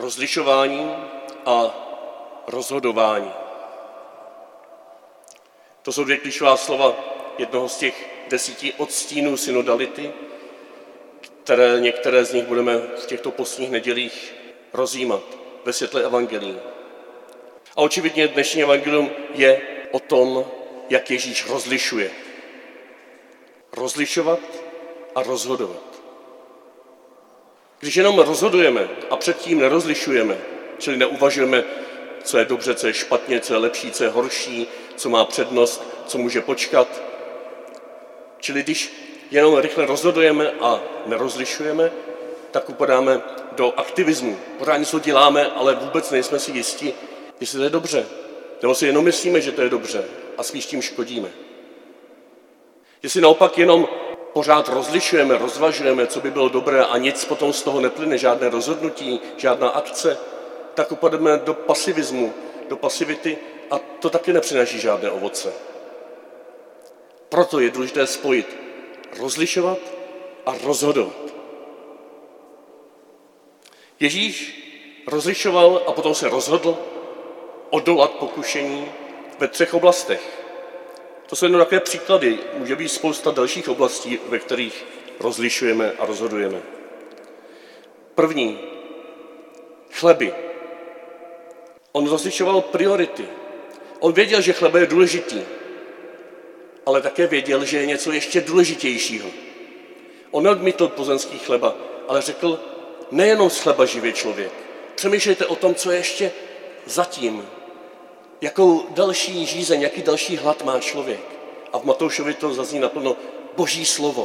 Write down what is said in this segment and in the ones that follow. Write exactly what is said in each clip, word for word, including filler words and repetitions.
rozlišování a rozhodování. To jsou dvě klíčová slova jednoho z těch desíti odstínů synodality, které některé z nich budeme v těchto postních nedělích rozjímat ve světle evangelií. A očividně dnešní evangelium je o tom, jak Ježíš rozlišuje. Rozlišovat a rozhodovat. Když jenom rozhodujeme a předtím nerozlišujeme, čili neuvažujeme, co je dobře, co je špatně, co je lepší, co je horší, co má přednost, co může počkat, čili když jenom rychle rozhodujeme a nerozlišujeme, tak upadáme do aktivismu. Pořád něco děláme, ale vůbec nejsme si jisti, jestli to je dobře. Nebo si jenom myslíme, že to je dobře a spíš tím škodíme. Jestli naopak jenom pořád rozlišujeme, rozvažujeme, co by bylo dobré a nic potom z toho neplyne, žádné rozhodnutí, žádná akce, tak upademe do pasivismu, do pasivity a to taky nepřináší žádné ovoce. Proto je důležité spojit rozlišovat a rozhodovat. Ježíš rozlišoval a potom se rozhodl odolat pokušení ve třech oblastech. To jsou jen takové příklady, může být spousta dalších oblastí, ve kterých rozlišujeme a rozhodujeme. První, chleby. On rozlišoval priority. On věděl, že chleba je důležitý, ale také věděl, že je něco ještě důležitějšího. On neodmítl pozemský chleba, ale řekl, nejenom z chleba živě člověk. Přemýšlejte o tom, co je ještě zatím. Jakou další žízeň, jaký další hlad má člověk. A v Matoušovi to zazní naplno Boží slovo.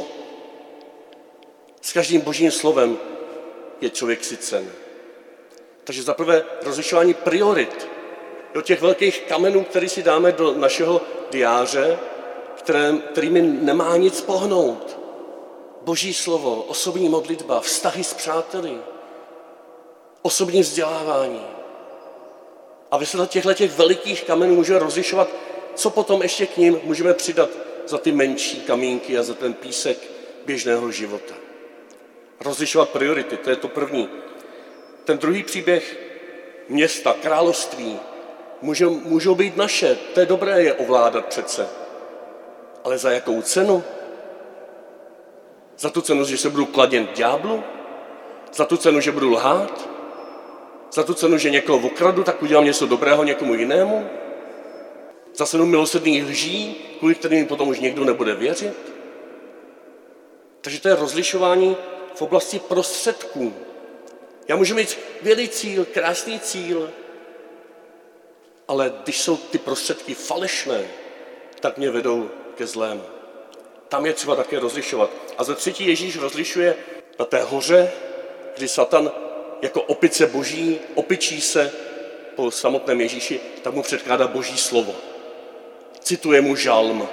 S každým Božím slovem je člověk sycen. Takže zaprvé rozlišování priorit. Do těch velkých kamenů, které si dáme do našeho diáře, které, kterými nemá nic pohnout. Boží slovo, osobní modlitba, vztahy s přáteli, osobní vzdělávání. A ve světle těchto těch velikých kamenů můžeme rozlišovat, co potom ještě k ním můžeme přidat za ty menší kamínky a za ten písek běžného života. Rozlišovat priority, to je to první. Ten druhý příběh, města, království, můžou, můžou být naše, to je dobré je ovládat přece. Ale za jakou cenu? Za tu cenu, že se budu kladět ďáblu? Za tu cenu, že budu lhát? Za tu cenu, že někoho okradu, tak udělám něco dobrého někomu jinému? Za cenu milosrdných lží, kvůli kterým potom už někdo nebude věřit? Takže to je rozlišování v oblasti prostředků. Já můžu mít skvělý cíl, krásný cíl, ale když jsou ty prostředky falešné, tak mě vedou ke zlému. Tam je třeba také rozlišovat. A za třetí Ježíš rozlišuje na té hoře, kdy Satan jako opice boží opičí se po samotném Ježíši, tak mu předkládá Boží slovo. Cituje mu žalm.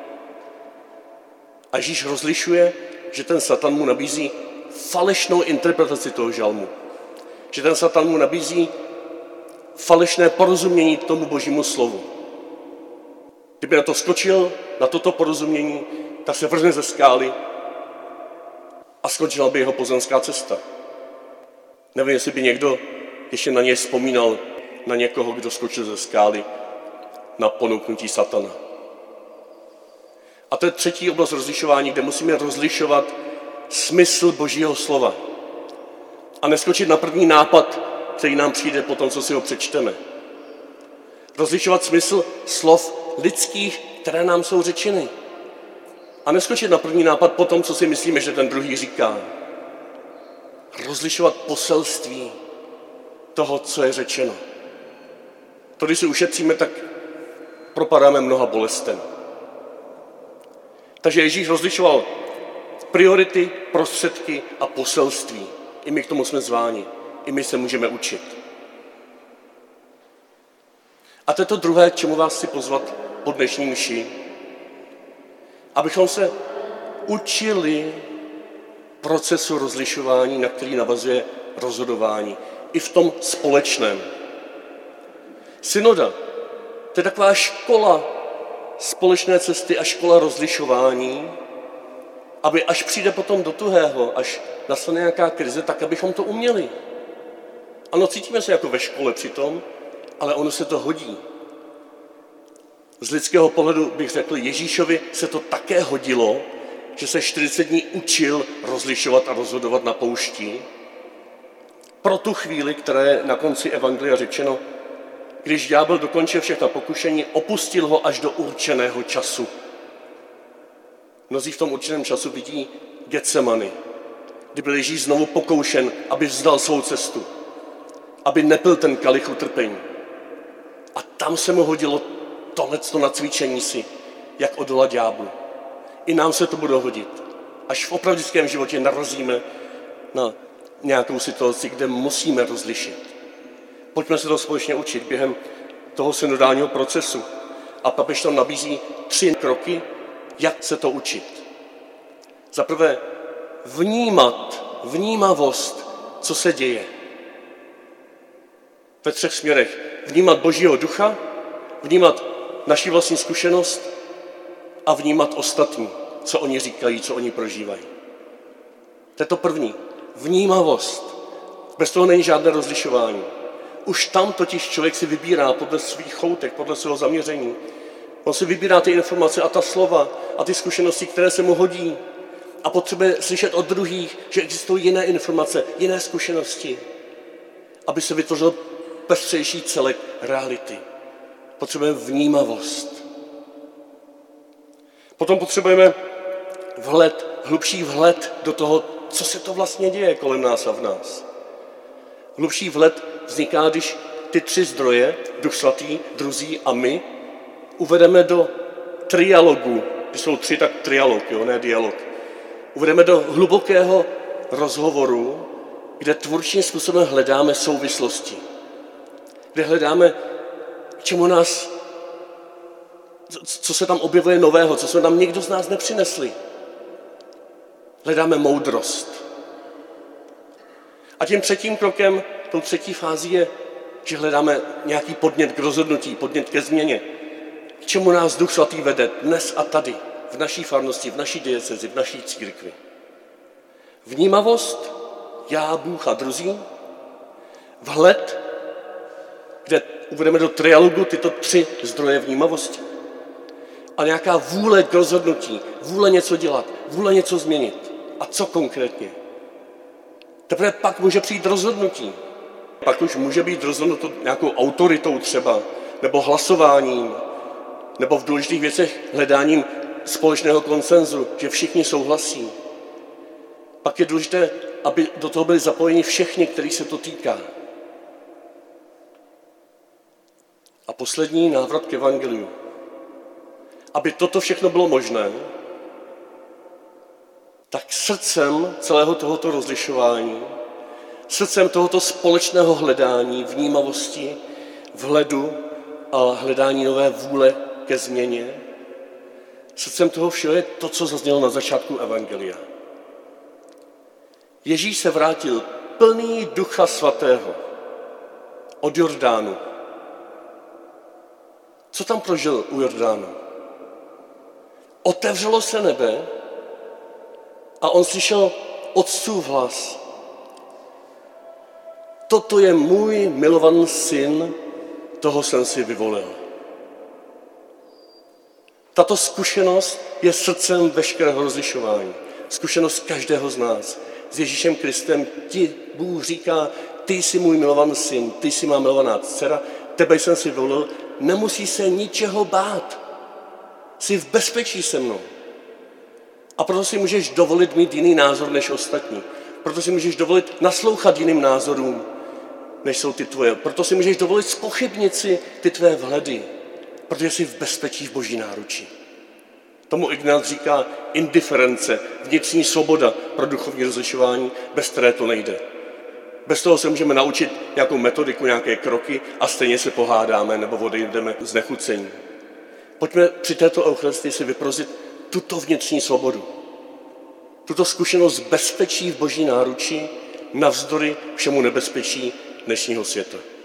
A Ježíš rozlišuje, že ten Satan mu nabízí falešnou interpretaci toho žalmu. Že ten Satan mu nabízí falešné porozumění tomu Božímu slovu. Kdyby na to skočil, na toto porozumění, tak se vrhne ze skály a skončila by jeho pozemská cesta. Nevím, jestli by někdo ještě na něj vzpomínal, na někoho, kdo skočil ze skály na ponouknutí Satana. A to je třetí oblast rozlišování, kde musíme rozlišovat smysl Božího slova. A neskočit na první nápad, který nám přijde po tom, co si ho přečteme. Rozlišovat smysl slov lidských, které nám jsou řečeny. A neskočit na první nápad po tom, co si myslíme, že ten druhý říká. Rozlišovat poselství toho, co je řečeno. To, když si ušetříme, tak propadáme mnoha bolestem. Takže Ježíš rozlišoval priority, prostředky a poselství. I my k tomu jsme zváni. I my se můžeme učit. A to je to druhé, k čemu vás chci pozvat po dnešní mši. Abychom se učili procesu rozlišování, na který navazuje rozhodování. I v tom společném. Synoda, to je taková škola společné cesty a škola rozlišování, aby až přijde potom do tuhého, až nastane nějaká krize, tak abychom to uměli. Ano, cítíme se jako ve škole přitom, ale ono se to hodí. Z lidského pohledu bych řekl, Ježíšovi se to také hodilo, že se čtyřicet dní učil rozlišovat a rozhodovat na poušti. Pro tu chvíli, která je na konci evangelia řečeno, když ďábel dokončil všechna pokušení, opustil ho až do určeného času. Mnozí v tom určeném času vidí Getsemany, kdy byl Ježíš znovu pokoušen, aby vzdal svou cestu, aby nepil ten kalich utrpení. A tam se mu hodilo tohleto nacvičení si, jak odolat ďáblu. I nám se to bude hodit. Až v opravdickém životě narazíme na nějakou situaci, kde musíme rozlišit. Pojďme se to společně učit během toho synodálního procesu. A papež tam nabízí tři kroky, jak se to učit. Za prvé, vnímat, vnímavost, co se děje. Ve třech směrech. Vnímat Božího ducha, vnímat naši vlastní zkušenost a vnímat ostatní, co oni říkají, co oni prožívají. To je to první. Vnímavost. Bez toho není žádné rozlišování. Už tam totiž člověk si vybírá podle svých choutek, podle svého zaměření. On si vybírá ty informace a ta slova a ty zkušenosti, které se mu hodí. A potřebuje slyšet od druhých, že existují jiné informace, jiné zkušenosti, aby se vytvořil pestřejší celek reality. Potřebujeme vnímavost. Potom potřebujeme vhled, hlubší vhled do toho, co se to vlastně děje kolem nás a v nás. Hlubší vhled vzniká, když ty tři zdroje, Duch Svatý, druzí a my, uvedeme do trialogu. Když jsou tři, tak trialog, jo, ne dialog. Uvedeme do hlubokého rozhovoru, kde tvůrčím způsobem hledáme souvislosti. Kde hledáme, k čemu nás, co se tam objevuje nového, co jsme tam někdo z nás nepřinesli. Hledáme moudrost. A tím třetím krokem, tou třetí fází je, že hledáme nějaký podnět k rozhodnutí, podnět ke změně. K čemu nás Duch Svatý vede dnes a tady, v naší farnosti, v naší diecezi, v naší církvi. Vnímavost, já, Bůh a druzí, vhled, kde uvedeme do trialogu tyto tři zdroje vnímavosti. A nějaká vůle k rozhodnutí, vůle něco dělat, vůle něco změnit. A co konkrétně? Teprve pak může přijít rozhodnutí. Pak už může být rozhodnuto nějakou autoritou třeba, nebo hlasováním, nebo v důležitých věcech hledáním společného konsenzu, že všichni souhlasí. Pak je důležité, aby do toho byli zapojeni všichni, kterých se to týká. A poslední návrat k evangeliu. Aby toto všechno bylo možné, tak srdcem celého tohoto rozlišování, srdcem tohoto společného hledání, vnímavosti, vhledu a hledání nové vůle ke změně, srdcem toho všeho je to, co zaznělo na začátku evangelia. Ježíš se vrátil plný Ducha Svatého od Jordánu. Co tam prožil u Jordánu? Otevřelo se nebe a on slyšel Otcův hlas. Toto je můj milovaný syn, toho jsem si vyvolil. Tato zkušenost je srdcem veškerého rozlišování. Zkušenost každého z nás. S Ježíšem Kristem ti Bůh říká, ty jsi můj milovaný syn, ty jsi má milovaná dcera, tebe jsem si vyvolil, nemusí se ničeho bát. Jsi v bezpečí se mnou. A proto si můžeš dovolit mít jiný názor než ostatní. Proto si můžeš dovolit naslouchat jiným názorům, než jsou ty tvoje. Proto si můžeš dovolit zpochybnit si ty tvé vhledy, protože jsi v bezpečí v Boží náručí. Tomu Ignác říká indiference, vnitřní svoboda pro duchovní rozlišování, bez které to nejde. Bez toho se můžeme naučit nějakou metodiku, nějaké kroky a stejně se pohádáme nebo odejdeme z nechucení. Pojďme při této eucharistii si vyprozit tuto vnitřní svobodu. Tuto zkušenost bezpečí v Boží náručí navzdory všemu nebezpečí dnešního světa.